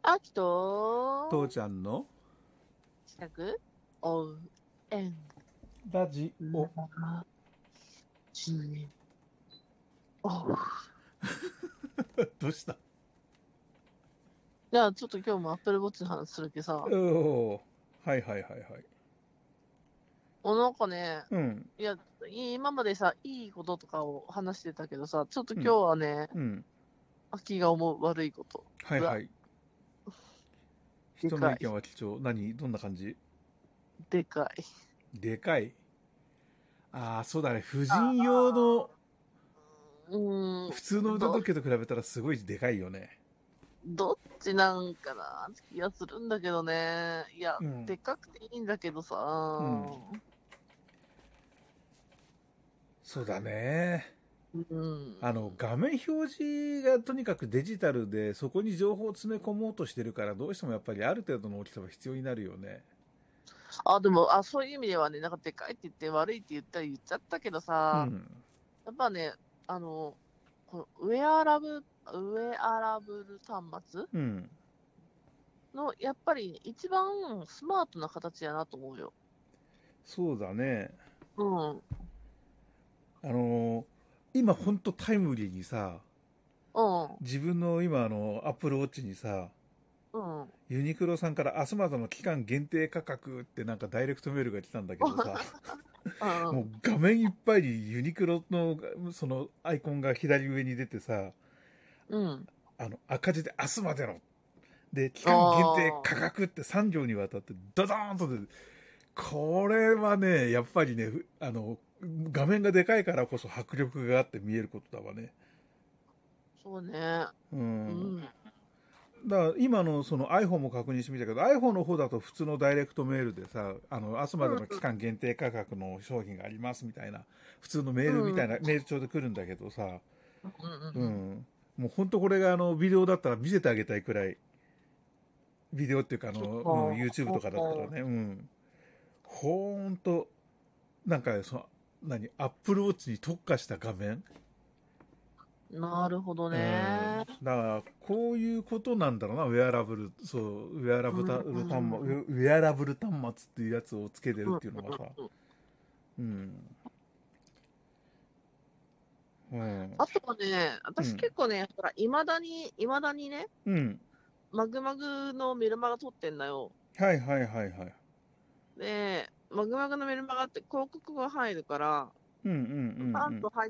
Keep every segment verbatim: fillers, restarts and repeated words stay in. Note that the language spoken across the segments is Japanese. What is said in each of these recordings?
あきと、 父ちゃんの近く、おう、えん、 ラジオ。 ラ、ジ、おう。 どうした？ じゃあ、ちょっと今日もアップルウォッチの話するけどさ、 おおー、はいはいはいはい。 お、なんかね、 うん、 いや、今までさ、いいこととかを話してたけどさ、ちょっと今日うん、 はね、 うん。 秋が思う悪いこと。うわ、 はいはい。人の意見でかい。 は貴重。何どんな感じ？ でかい。 でかい。ああ、そうだね。婦人用のあーうー普通のん、ど、 腕時計と比べたらすごいでかいよね。 どっちなんかなって気がするんだけどね。いや、 うん、 でかくていいんだけどさ、 うん。そうだね。 うん。 あの、画面表示がとにかくデジタルで、そこに情報を詰め込もうとしてるから、どうしてもやっぱりある程度の大きさは必要になるよね。 あ、でも、あ、そういう意味ではね、なんかでかいって言って悪いって言ったら言っちゃったけどさ、 うん、 やっぱね、あの、このウェアラブ、ウェアラブル端末うん。 の、やっぱり一番スマートな形やなと思うよ。 そうだね。 うん、 あのー今ほんとタイムリーにさ、 うん、 自分の今あの、アップルウォッチにさ、 うん。 ユニクロさんから明日までの期間限定価格ってなんかダイレクトメールが来たんだけどさ、 うん、 もう画面いっぱいにユニクロのそのアイコンが左上に出てさ、 うん。 あの赤字で明日までの、で、期間限定ああ、 価格ってさん行にわたってドドーンと出て、これはね、やっぱりね、あの、画面がでかいからこそ迫力があって見えることだわね。 そうね。 うん。 うん、 だから今のその iPhone も確認してみたけど、iPhone の方だと普通のダイレクトメールでさ、あの、明日までうん、 の期間限定価格の商品がありますみたいな、普通のメールみうん、うん、 たいな、メール帳で来るんだけどさ、 うん、うん。 うん。もう本当これがあの、ビデオだったら見せてあげたいくらい、ビデオっていうかあそっの、うん、YouTube とかだったらか。 ね、うん。ほんと、なんかその、何、Apple Watch に特化した画面。 なるほどうん。 ね。 だから、こういうことなんだろうな、ウェアラブル、そう、ウェアラブうん、 ル端末、 うん、うん、 ウェアラブル端末っていうやつをつけてるっうん。 ていうのがさ、うん。うん。 あとはね、私うん。 結構ね、ほら、未だに、未だにね、 うん。 マグマグのメルマガ撮ってんだよ。 はいはいはいはい。 で、マグマグのメルマガって広告が入るから、 うんうんパンと入って、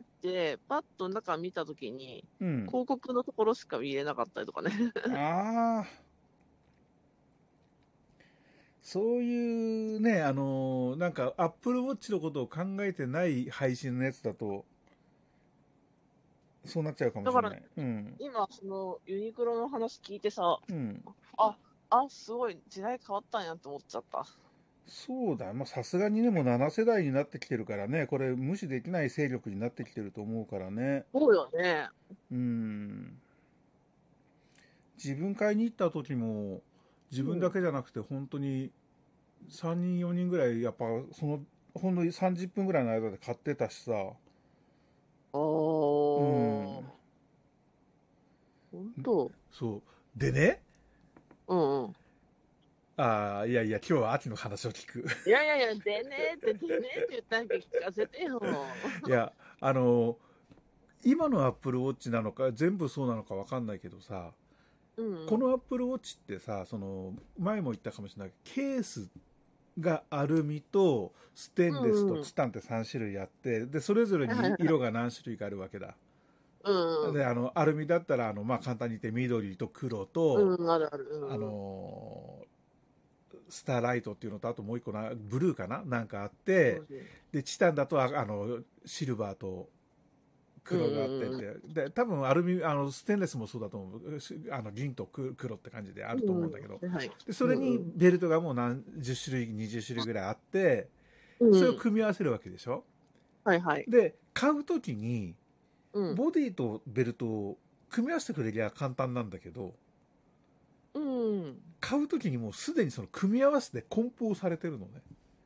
パッと中見たときに、 うんうん。 広告のところしか見れなかったりとかね。 うん。ああ、そういうね、あのーなんか Apple Watch のことを考えてない配信のやつだと、そうなっちゃうかもだから、 しれない。うん。 今、その、ユニクロの話聞いてさ、 うん。 あ、あ、すごい、時代変わったんやって思っちゃった。 そうだ。まあ、さすがにね、もうなな世代になってきてるからね、これ無視できない勢力になってきてると思うからね。 そうよね。 うん。自分買いに行った時も、自分だうん。 けじゃなくて本当にさんにんよにんぐらい、やっぱその、ほんのさんじゅっぷんぐらいの間で買ってたしさ。うおー、 ん。 ほんと。 そう。でね、 うんうん。 ああ、いやいや、今日は秋の話を聞く。 いやいやいや、でねーって、でねーって言ったんけ聞かせてよ。 いや、あの、今のアップルウォッチなのか、全部そうなのかわかんないけどさ、 うんうん。 このアップルウォッチってさ、その、前も言ったかもしれないけど、ケースがアルミとステンレスうんうん。 とチタンってさん種類あって、で、それぞれはいはいに色はい。 が何種類かあるわけだ。 うんうん。 で、あの、アルミだったら、あの、まあ、簡単に言って緑と黒と、 うん、あるある。うあんうん。 のースターライトっていうのと、あともう一個な、ブルーかななんかあって、 そうそうで、チタンだと、ああの、シルバーとうん黒があってっうんうん。 て、で、多分アルミ、あの、ステンレスもそうだと思う。しあの、銀と黒って感じであるとうんうん。 思うんだけど、 はいはい。 で、それにうんうん。 ベルトがもう何十種類、にじゅう種類ぐらいあって、 うん。 それを組み合わせるわけでしょ？ はいはい。 で、買うときに、 うん。 ボディとベルトを組み合わせてくれりゃ簡単なんだけど、 うん。 買うときにもうすでにその組み合わせて梱包されてるのね。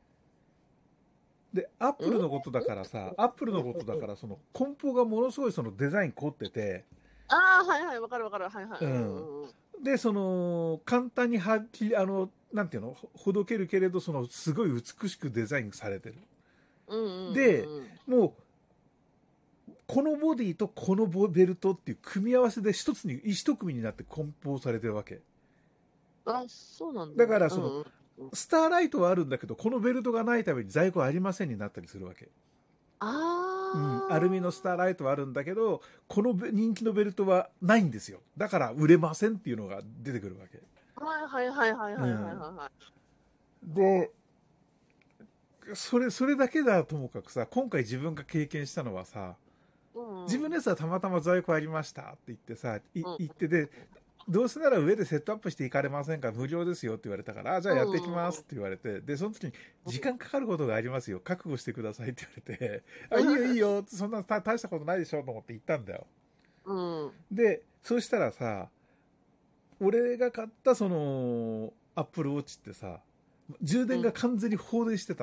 で、アッうん。 プルのことだからさ、アップルのことだからその梱包がものすごいそのデザイン凝ってて、 ああ、はいはい。わかるわかる。はいはい。 ううん。 んうんうん。 で、その、簡単にはき、あの、なんていうの、ほほどけるけれど、その、すごい美しくデザインされてる。 うんうんで、 うんうん。 もう、このボディとこのボベルトっていう組み合わせで一つに、一組になって梱包されてるわけ。 あ、そうなんだね。 だから、その、 うんうん。 スターライトはあるんだけど、このベルトがないために在庫ありませんになったりするわけ。うん、アルミのスターライトはあるんだけど、このべ人気のベルトはないんですよ。だから売れませんっていうのが出てくるわけ。 ああ、はいはいはいはいはいはいうんはい。 で、それ、それだけだともかくさ、今回自分が経験したのはさ、 うんうん。 自分のやつはたまたま在庫ありましたって言ってさ、いうん言ってで、どうせなら上でセットアップしていかれませんか無料ですよって言われたから、あ、じゃあやっていきますって言われて、で、その時に時間かかることがありますよ。覚悟してくださいって言われて、あ、いいよいいよ、そんな大したことないでしょと思って言ったんだよ。 うん。 で、そうしたらさ、俺が買ったその、アップルウォッチってさ、充電が完全に放電してた。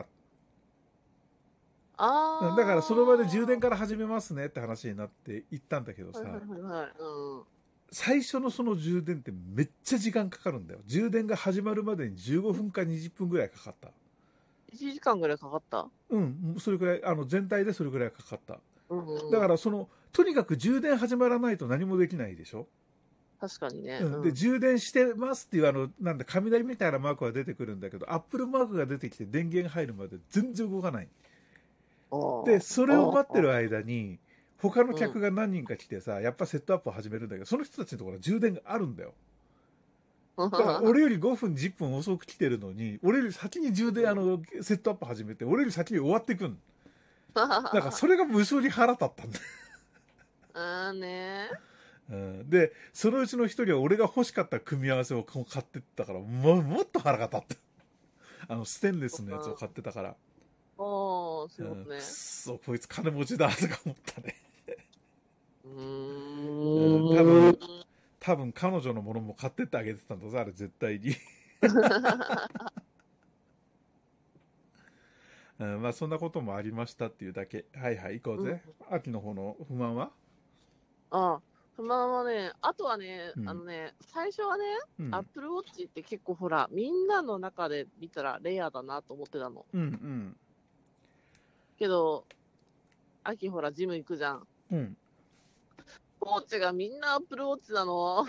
ああ。 だからその場で充電から始めますねって話になって行ったんだけどさ、 はいはいはいはい。うん。 最初のその充電ってめっちゃ時間かかるんだよ。充電が始まるまでにじゅうごふんかにじゅっぷんぐらいかかった。 いちじかんぐらいかかった？ うん、それくらい、あの全体でそれくらいかかった。 うんうん。 だからその、とにかく充電始まらないと何もできないでしょ。 確かにね。 うん、で、充電してますっていうあの、なんだ、雷みたいなマークが出てくるんだけど、アップルマークが出てきて電源入るまで全然動かない。で、それを待ってる間に、他の客が何人か来てさ、やっぱセットアップを始めるんだけど、その人たちのところは充電があるんだよ。だから俺よりごふん、じゅっぷん遅く来てるのに、俺より先に充電、あの、セットアップ始めて、俺より先に終わっていくん。だからそれが無性に腹立ったんだ。 あーねうん、で、そのうちの一人は俺が欲しかった組み合わせを買ってったから、ももっと腹が立った。あの、ステンレスのやつを買ってたから。 ああ、すうん、 ごくね。 くっそ、こいつ金持ちだとか思ったね。 ううん、 ーん。 多分、多分彼女のものも買ってってあげてたんだぞ、あれ絶対に。うん、まあそんなこともありましたっていうだけ。はいはい、行こうぜ。 うん、 秋の方の不満は？ ああ、不満はね、あとはね、 うんあのね、最初はね、 うん、 アップルウォッチって結構ほら、みんなの中で見たらレアだなと思ってたの。 うんうんけど、秋ほら、ジム行くじゃん。 うん。 ウォッチがみんなアップルウォッチなの。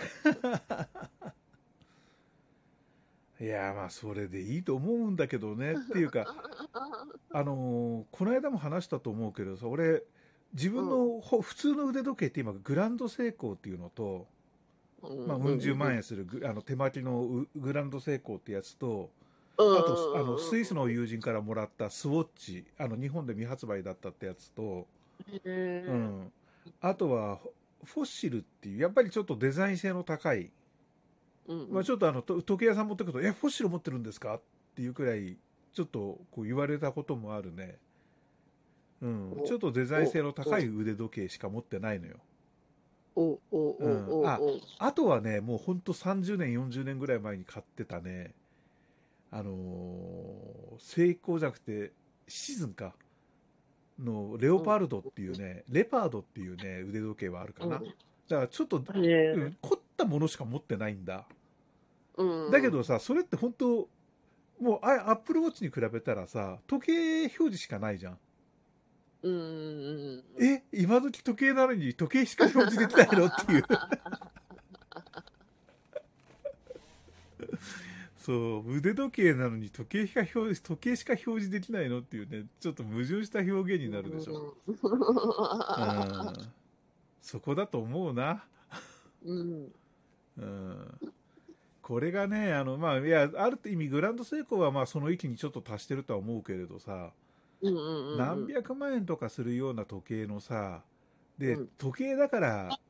いやまあそれでいいと思うんだけどねっていうか、あのーこの間も話したと思うけどさ、俺自分のほ普通の腕時計って今グランドセイコーっていうのと、まあ、 うんうん十万円するグあの手巻きのうグランドセイコーってやつと、 うんあとあのうんスイスの友人からもらったスウォッチ、あの日本で未発売だったってやつと、 へえうん、あとはフォッシルっていうやっぱりちょっとデザイン性の高い、 うんうんまあ、ちょっとあのと時計屋さん持ってくると「えフォッシル持ってるんですか?」っていうくらいちょっとこう言われたこともあるね。うん、ちょっとデザイン性の高い腕時計しか持ってないのよ。 おおおうんあおおあとはねもうほんとさんじゅうねんよんじゅうねんぐらい前に買ってたね、あのー、セイコーじゃなくてシーズンかのレオパルドっていうね、レパードっていうね腕時計はあるかな。だからちょっと、 へえうん、凝ったものしか持ってないんだ。 うんだけどさそれって本当もうあアップルウォッチに比べたらさ時計表示しかないじゃん。 うんうんうんえ今時時計なのに時計しか表示できないのっていうそう腕時計なのに時計しか表示時計しか表示できないのっていうねちょっと矛盾した表現になるでしょ。うんそこだと思うな。 うんうんこれがねあのまあいやある意味グランドセイコーはまあその域にちょっと達してるとは思うけれどさ、 うんうんうん何百万円とかするような時計のさで、 うん時計だから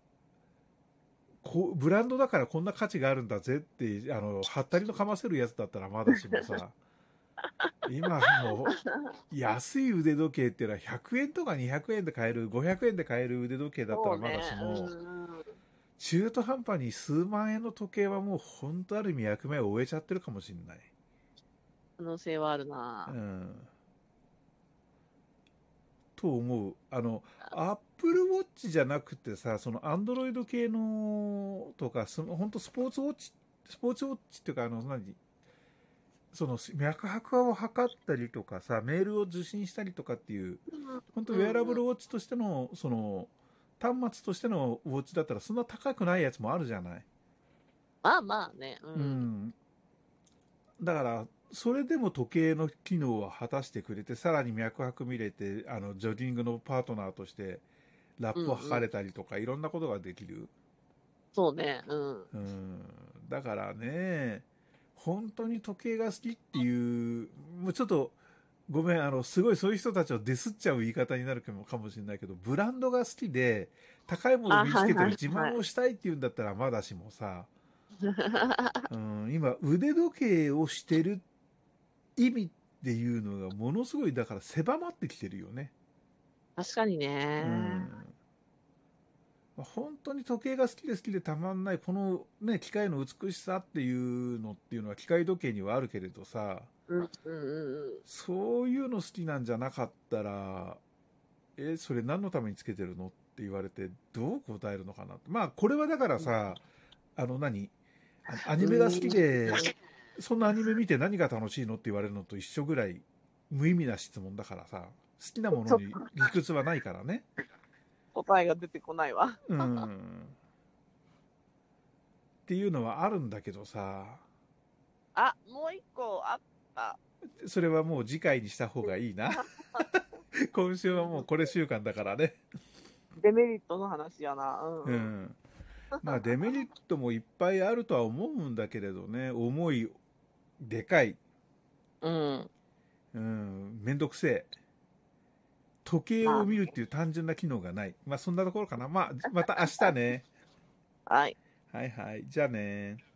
こブランドだからこんな価値があるんだぜってあのはったりのかませるやつだったらまだしもさ今もう安い腕時計っていうのはひゃくえんとかにひゃくえんで買えるごひゃくえんで買える腕時計だったらまだしも、 そうねうんうん中途半端に数万円の時計はもう本当ある意味役目を終えちゃってるかもしれない。 可能性はあるなうんと思う。あのアッ Apple Watch じゃなくてさ、その Android 系のとか、その本当スポーツウォッチ、スポーツウォッチっていうか、あの、何その脈拍を測ったりとかさ、メールを受信したりとかっていう、本当ウェアラブルウォッチとしての、その、端末としてのウォッチだったらそんな高くないやつもあるじゃない。 まあまあね。う。 うんん。だから、それでも時計の機能は果たしてくれて、さらに脈拍見れて、あの、ジョギングのパートナーとしてラップを測れたりとか、いろんなことができる。 そうね。うん。 うん。だからね、本当に時計が好きっていう、もうちょっと、ごめん、あの、すごいそういう人たちをディスっちゃう言い方になるかもかもしれないけど、ブランドが好きで、高いものあ、 身につけてるはいはい自慢はい。 をしたいっていうんだったらまだしもさ、うん、今、腕時計をしてる意味っていうのがものすごい、だから狭まってきてるよね。 確かにうね。 ん。本当に時計が好きで好きでたまんない、このね、機械の美しさっていうのっていうのは機械時計にはあるけれどさ、 うんうんうんうん。 そういうの好きなんじゃなかったら、え、それ何のためにつけてるのって言われて、どう答えるのかなって。まあ、これはだからさ、あの何あのアニメが好きで、そんなアニメ見て何が楽しいのって言われるのと一緒ぐらい無意味な質問だからさ、好きなものに理屈はないからね。 答えが出てこないわ。 うん。っていうのはあるんだけどさ、 あ、もう一個あった。 それはもう次回にした方がいいな。今週はもうこれ週間だからね。 デメリットの話やな。うんうん。 うん。まあデメリットもいっぱいあるとは思うんだけれどね、重い、でかい、 うん。 うん、めんどくせえ。時計まを見るっていう単純な機能がない。まあそんなところかな。まあ、また明日ね。 あ、はい。 はいはい。じゃあね。